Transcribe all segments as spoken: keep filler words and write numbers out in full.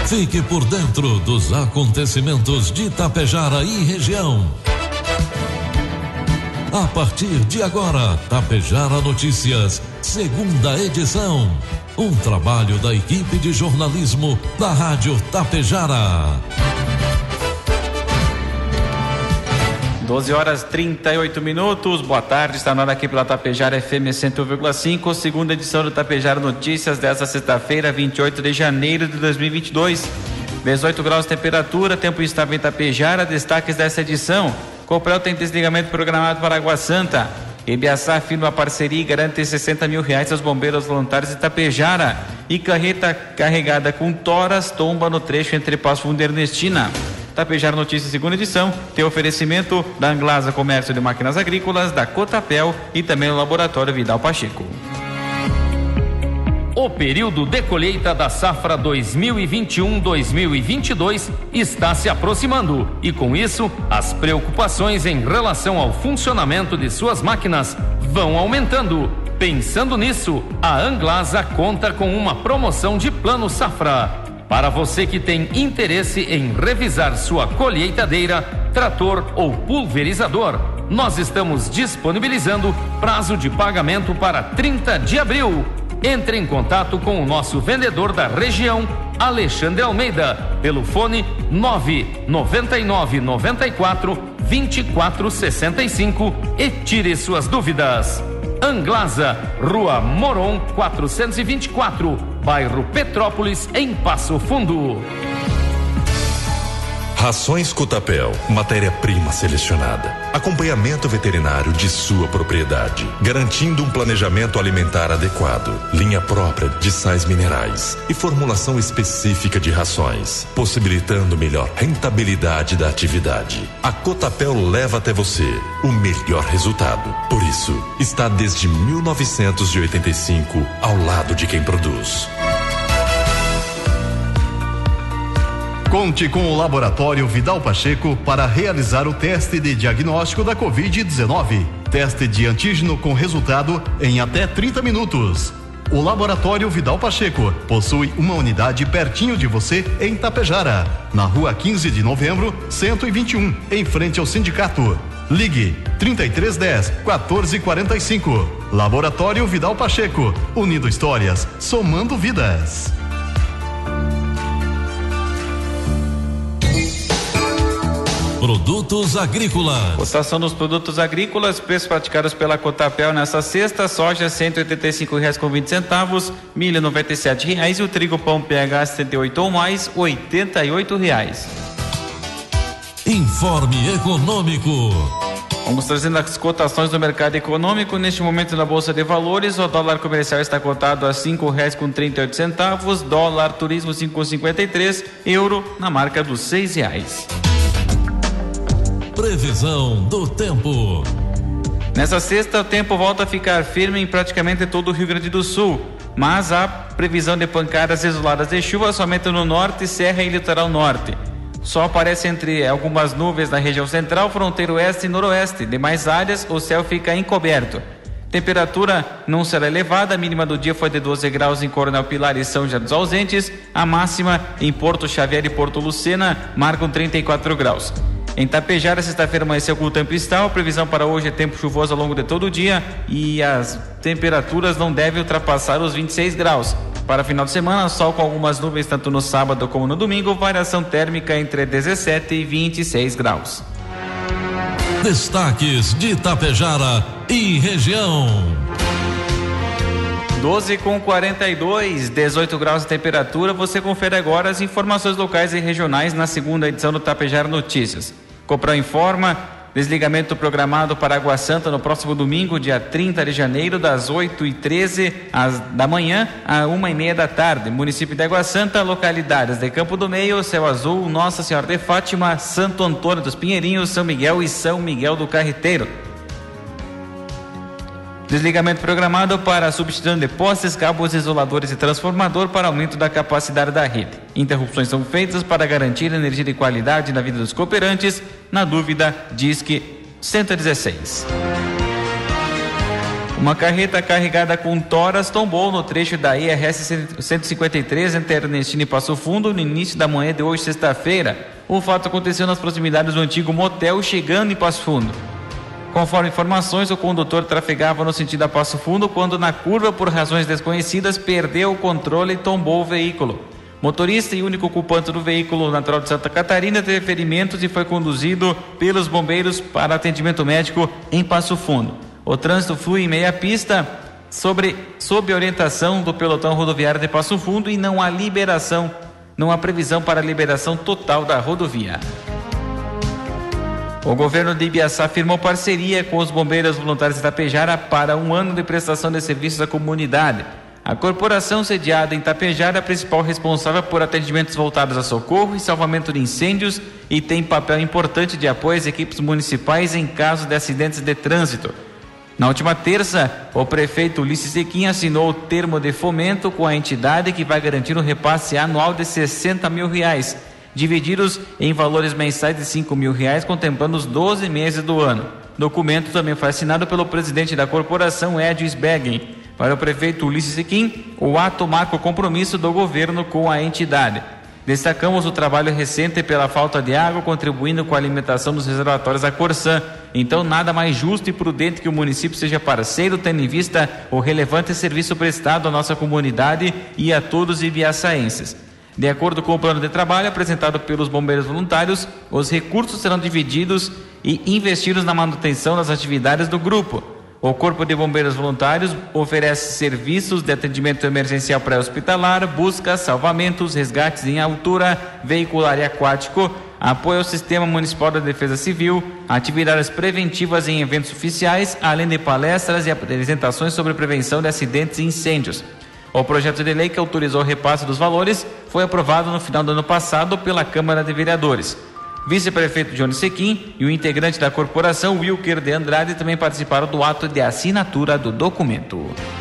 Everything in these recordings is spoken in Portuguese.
Fique por dentro dos acontecimentos de Tapejara e região. A partir de agora, Tapejara Notícias, segunda edição. Um trabalho da equipe de jornalismo da Rádio Tapejara. doze horas e trinta e oito minutos. Boa tarde, está na hora aqui pela Tapejara F M cento um vírgula cinco, segunda edição do Tapejara Notícias desta sexta-feira, vinte e oito de janeiro de dois mil e vinte e dois. dezoito graus de temperatura, tempo estável em Tapejara. Destaques dessa edição: Copel tem desligamento programado para Água Santa. Ibiaçá firma parceria e garante sessenta mil reais aos bombeiros voluntários de Tapejara. E carreta carregada com toras tomba no trecho entre Passo Fundo e Ernestina. Tapejara Notícias, segunda edição, tem oferecimento da Anglasa Comércio de Máquinas Agrícolas, da Cotapel e também o Laboratório Vidal Pacheco. O período de colheita da safra dois mil e vinte e um, dois mil e vinte e dois está se aproximando e, com isso, as preocupações em relação ao funcionamento de suas máquinas vão aumentando. Pensando nisso, a Anglasa conta com uma promoção de plano safra. Para você que tem interesse em revisar sua colheitadeira, trator ou pulverizador, nós estamos disponibilizando prazo de pagamento para trinta de abril. Entre em contato com o nosso vendedor da região, Alexandre Almeida, pelo fone nove nove nove nove quatro vinte e quatro sessenta e cinco e tire suas dúvidas. Anglasa, Rua Moron quatrocentos e vinte e quatro, bairro Petrópolis, em Passo Fundo. Rações Cotapel, matéria-prima selecionada. Acompanhamento veterinário de sua propriedade, garantindo um planejamento alimentar adequado, linha própria de sais minerais e formulação específica de rações, possibilitando melhor rentabilidade da atividade. A Cotapel leva até você o melhor resultado. Por isso, está desde mil novecentos e oitenta e cinco ao lado de quem produz. Conte com o Laboratório Vidal Pacheco para realizar o teste de diagnóstico da covid dezenove. Teste de antígeno com resultado em até trinta minutos. O Laboratório Vidal Pacheco possui uma unidade pertinho de você em Tapejara, na rua quinze de novembro, cento e vinte e um, em frente ao sindicato. Ligue trinta e três dez, quatorze quarenta e cinco. Laboratório Vidal Pacheco, unindo histórias, somando vidas. Produtos agrícolas. Cotação dos produtos agrícolas, preços praticados pela Cotapel nessa sexta: soja cento e oitenta e cinco reais com vinte centavos, milho noventa e sete reais e o trigo pão P H setenta e oito ou mais oitenta e oito reais. Informe Econômico. Vamos trazendo as cotações do mercado econômico. Neste momento na Bolsa de Valores, o dólar comercial está cotado a cinco reais com trinta e oito centavos, dólar turismo cinco com cinquenta e três, euro na marca dos seis reais. Previsão do tempo. Nessa sexta, o tempo volta a ficar firme em praticamente todo o Rio Grande do Sul, mas há previsão de pancadas isoladas de chuva somente no norte, serra e litoral norte. Só aparece entre algumas nuvens na região central, fronteira oeste e noroeste. Demais áreas, o céu fica encoberto. Temperatura não será elevada, a mínima do dia foi de doze graus em Coronel Pilar e São José dos Ausentes, a máxima em Porto Xavier e Porto Lucena marcam trinta e quatro graus. Em Tapejara, sexta-feira amanheceu com o tempo estável. Previsão para hoje é tempo chuvoso ao longo de todo o dia e as temperaturas não devem ultrapassar os vinte e seis graus. Para final de semana, sol com algumas nuvens tanto no sábado como no domingo, variação térmica entre dezessete e vinte e seis graus. Destaques de Tapejara e região. doze com quarenta e dois, dezoito graus de temperatura. Você confere agora as informações locais e regionais na segunda edição do Tapejara Notícias. Copel informa: desligamento programado para Água Santa no próximo domingo, dia trinta de janeiro, das oito e treze da manhã a uma e meia da tarde. Município de Água Santa, localidades de Campo do Meio, Céu Azul, Nossa Senhora de Fátima, Santo Antônio dos Pinheirinhos, São Miguel e São Miguel do Carreteiro. Desligamento programado para substituição de postes, cabos, isoladores e transformador para aumento da capacidade da rede. Interrupções são feitas para garantir energia de qualidade na vida dos cooperantes. Na dúvida, disque cento e dezesseis. Uma carreta carregada com toras tombou no trecho da I R S cento e cinquenta e três entre Ernestina e Passo Fundo no início da manhã de hoje, sexta-feira. O fato aconteceu nas proximidades do antigo motel Chegando em Passo Fundo. Conforme informações, o condutor trafegava no sentido a Passo Fundo quando, na curva, por razões desconhecidas, perdeu o controle e tombou o veículo. Motorista e único ocupante do veículo, natural de Santa Catarina, teve ferimentos e foi conduzido pelos bombeiros para atendimento médico em Passo Fundo. O trânsito flui em meia pista sobre, sob orientação do pelotão rodoviário de Passo Fundo e não há liberação, não há previsão para a liberação total da rodovia. O governo de Ibiaçá firmou parceria com os bombeiros voluntários de Itapejara para um ano de prestação de serviços à comunidade. A corporação sediada em Itapejara é a principal responsável por atendimentos voltados a socorro e salvamento de incêndios e tem papel importante de apoio às equipes municipais em caso de acidentes de trânsito. Na última terça, o prefeito Ulisses Sequim assinou o termo de fomento com a entidade que vai garantir um repasse anual de sessenta mil reais, divididos em valores mensais de cinco mil reais, contemplando os doze meses do ano. O documento também foi assinado pelo presidente da corporação, Edio Sbeggen. Para o prefeito Ulisses Sequim, o ato marca o compromisso do governo com a entidade. Destacamos o trabalho recente pela falta de água, contribuindo com a alimentação dos reservatórios da Corsã. Então, nada mais justo e prudente que o município seja parceiro, tendo em vista o relevante serviço prestado à nossa comunidade e a todos os ibiaçaenses. De acordo com o plano de trabalho apresentado pelos bombeiros voluntários, os recursos serão divididos e investidos na manutenção das atividades do grupo. O Corpo de Bombeiros Voluntários oferece serviços de atendimento emergencial pré-hospitalar, busca, salvamentos, resgates em altura, veicular e aquático, apoio ao Sistema Municipal da Defesa Civil, atividades preventivas em eventos oficiais, além de palestras e apresentações sobre prevenção de acidentes e incêndios. O projeto de lei que autorizou o repasse dos valores foi aprovado no final do ano passado pela Câmara de Vereadores. Vice-prefeito Johnny Sequim e o integrante da corporação, Wilker de Andrade, também participaram do ato de assinatura do documento.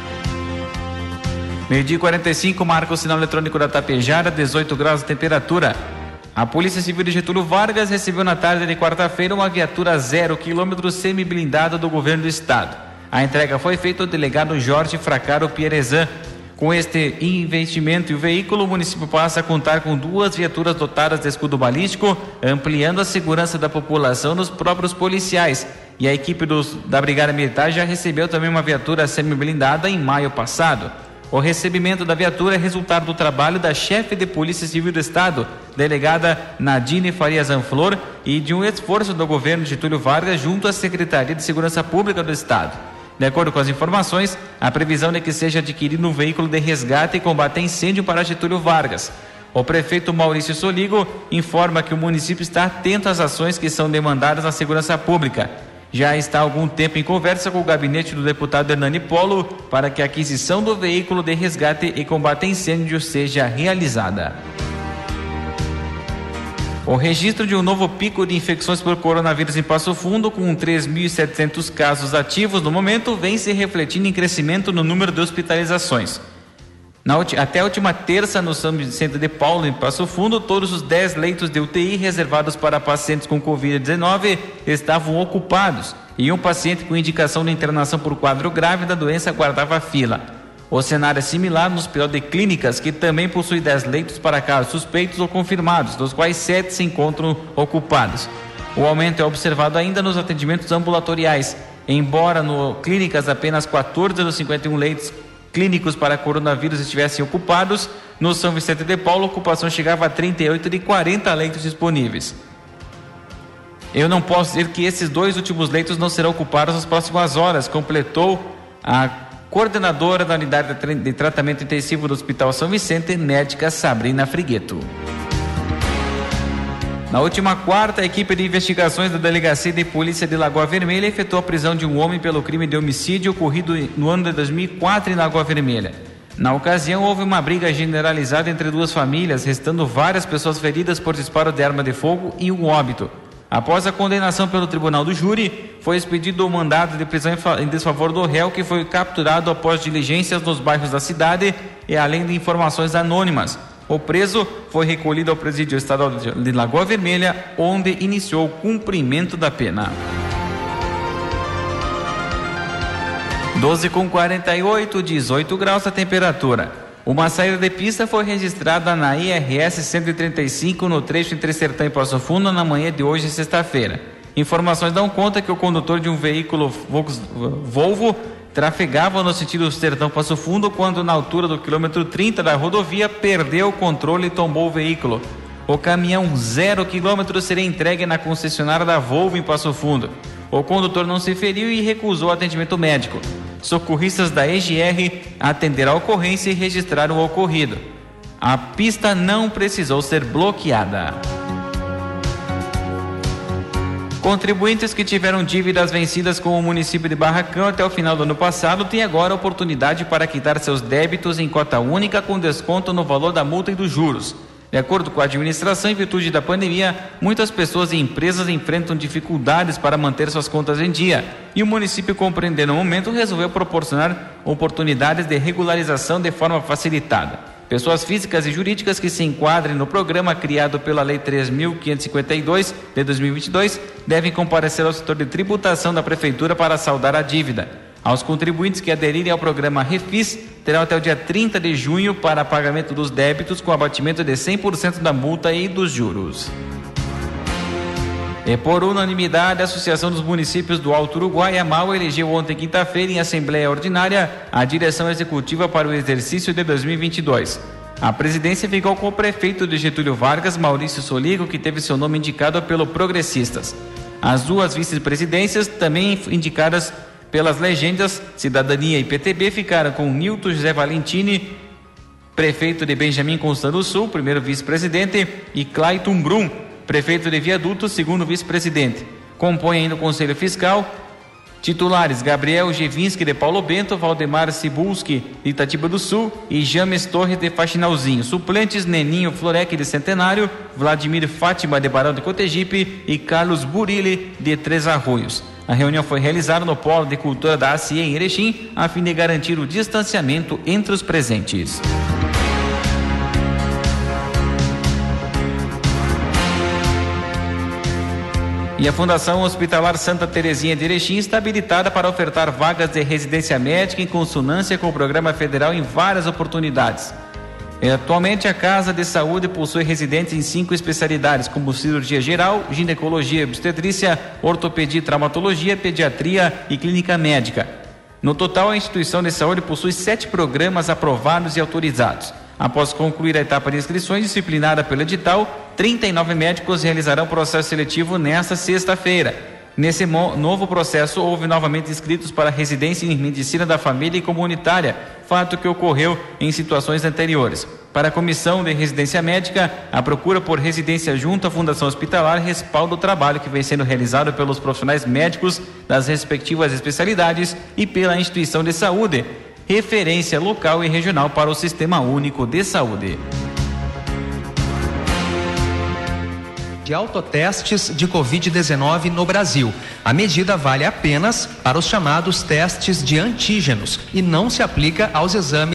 Meio-dia e quarenta e cinco, marca o sinal eletrônico da Tapejara, dezoito graus de temperatura. A Polícia Civil de Getúlio Vargas recebeu na tarde de quarta-feira uma viatura zero quilômetro semi-blindada do governo do estado. A entrega foi feita ao delegado Jorge Fracaro Pierezan. Com este investimento e o veículo, o município passa a contar com duas viaturas dotadas de escudo balístico, ampliando a segurança da população dos próprios policiais. E a equipe dos, da Brigada Militar já recebeu também uma viatura semi-blindada em maio passado. O recebimento da viatura é resultado do trabalho da chefe de Polícia Civil do Estado, delegada Nadine Faria Zanflor, e de um esforço do governo de Getúlio Vargas junto à Secretaria de Segurança Pública do Estado. De acordo com as informações, a previsão é que seja adquirido um veículo de resgate e combate a incêndio para Getúlio Vargas. O prefeito Maurício Soligo informa que o município está atento às ações que são demandadas na segurança pública. Já está há algum tempo em conversa com o gabinete do deputado Hernani Polo para que a aquisição do veículo de resgate e combate a incêndio seja realizada. O registro de um novo pico de infecções por coronavírus em Passo Fundo, com três mil e setecentos casos ativos no momento, vem se refletindo em crescimento no número de hospitalizações. Na, até a última terça, no São Vicente de Paulo, em Passo Fundo, todos os dez leitos de U T I reservados para pacientes com covid dezenove estavam ocupados e um paciente com indicação de internação por quadro grave da doença aguardava fila. O cenário é similar no Hospital de Clínicas, que também possui dez leitos para casos suspeitos ou confirmados, dos quais sete se encontram ocupados. O aumento é observado ainda nos atendimentos ambulatoriais, embora no Clínicas apenas quatorze dos cinquenta e um leitos clínicos para coronavírus estivessem ocupados. No São Vicente de Paulo, a ocupação chegava a trinta e oito de quarenta leitos disponíveis. Eu não posso dizer que esses dois últimos leitos não serão ocupados nas próximas horas, completou a coordenadora da unidade de tratamento intensivo do Hospital São Vicente, médica Sabrina Frigueto. Na última quarta, a equipe de investigações da Delegacia de Polícia de Lagoa Vermelha efetuou a prisão de um homem pelo crime de homicídio ocorrido no ano de dois mil e quatro em Lagoa Vermelha. Na ocasião, houve uma briga generalizada entre duas famílias, restando várias pessoas feridas por disparo de arma de fogo e um óbito. Após a condenação pelo tribunal do júri, foi expedido o mandado de prisão em desfavor do réu, que foi capturado após diligências nos bairros da cidade e além de informações anônimas. O preso foi recolhido ao presídio estadual de Lagoa Vermelha, onde iniciou o cumprimento da pena. doze com quarenta e oito, dezoito graus a temperatura. Uma saída de pista foi registrada na I R S cento e trinta e cinco no trecho entre Sertão e Passo Fundo na manhã de hoje, sexta-feira. Informações dão conta que o condutor de um veículo Volvo trafegava no sentido Sertão Passo Fundo quando, na altura do quilômetro trinta da rodovia, perdeu o controle e tombou o veículo. O caminhão zero quilômetro seria entregue na concessionária da Volvo em Passo Fundo. O condutor não se feriu e recusou atendimento médico. Socorristas da E G R atenderam a ocorrência e registraram o ocorrido. A pista não precisou ser bloqueada. Contribuintes que tiveram dívidas vencidas com o município de Barracão até o final do ano passado têm agora a oportunidade para quitar seus débitos em cota única com desconto no valor da multa e dos juros. De acordo com a administração, em virtude da pandemia, muitas pessoas e empresas enfrentam dificuldades para manter suas contas em dia. E o município, compreendendo o momento, resolveu proporcionar oportunidades de regularização de forma facilitada. Pessoas físicas e jurídicas que se enquadrem no programa criado pela Lei três mil quinhentos e cinquenta e dois de dois mil e vinte e dois devem comparecer ao setor de tributação da Prefeitura para saldar a dívida. Aos contribuintes que aderirem ao programa Refis, terão até o dia trinta de junho para pagamento dos débitos com abatimento de cem por cento da multa e dos juros. E por unanimidade, a Associação dos Municípios do Alto Uruguai, a AMAU, elegeu ontem, quinta-feira, em Assembleia Ordinária, a direção executiva para o exercício de dois mil e vinte e dois. A presidência ficou com o prefeito de Getúlio Vargas, Maurício Soligo, que teve seu nome indicado pelo Progressistas. As duas vice-presidências, também indicadas pelas legendas Cidadania e P T B, ficaram com Nilton José Valentini, prefeito de Benjamin Constant do Sul, primeiro vice-presidente, e Clayton Brum, prefeito de Viaduto, segundo vice-presidente. Compõe ainda o Conselho Fiscal titulares Gabriel Gevinski de Paulo Bento, Valdemar Cibulski de Itatiba do Sul e James Torres de Faxinalzinho. Suplentes Neninho Florec de Centenário, Vladimir Fátima de Barão de Cotegipe e Carlos Burilli de Três Arroios. A reunião foi realizada no Polo de Cultura da A C I E em Erechim, a fim de garantir o distanciamento entre os presentes. E a Fundação Hospitalar Santa Terezinha de Erechim está habilitada para ofertar vagas de residência médica em consonância com o Programa Federal em várias oportunidades. E, atualmente, a Casa de Saúde possui residentes em cinco especialidades, como cirurgia geral, ginecologia e obstetrícia, ortopedia e traumatologia, pediatria e clínica médica. No total, a instituição de saúde possui sete programas aprovados e autorizados. Após concluir a etapa de inscrições disciplinada pelo edital, trinta e nove médicos realizarão processo seletivo nesta sexta-feira. Nesse novo processo, houve novamente inscritos para residência em medicina da família e comunitária, fato que ocorreu em situações anteriores. Para a Comissão de Residência Médica, a procura por residência junto à Fundação Hospitalar respalda o trabalho que vem sendo realizado pelos profissionais médicos das respectivas especialidades e pela instituição de saúde, referência local e regional para o Sistema Único de Saúde. De autotestes de covid dezenove no Brasil. A medida vale apenas para os chamados testes de antígenos e não se aplica aos exames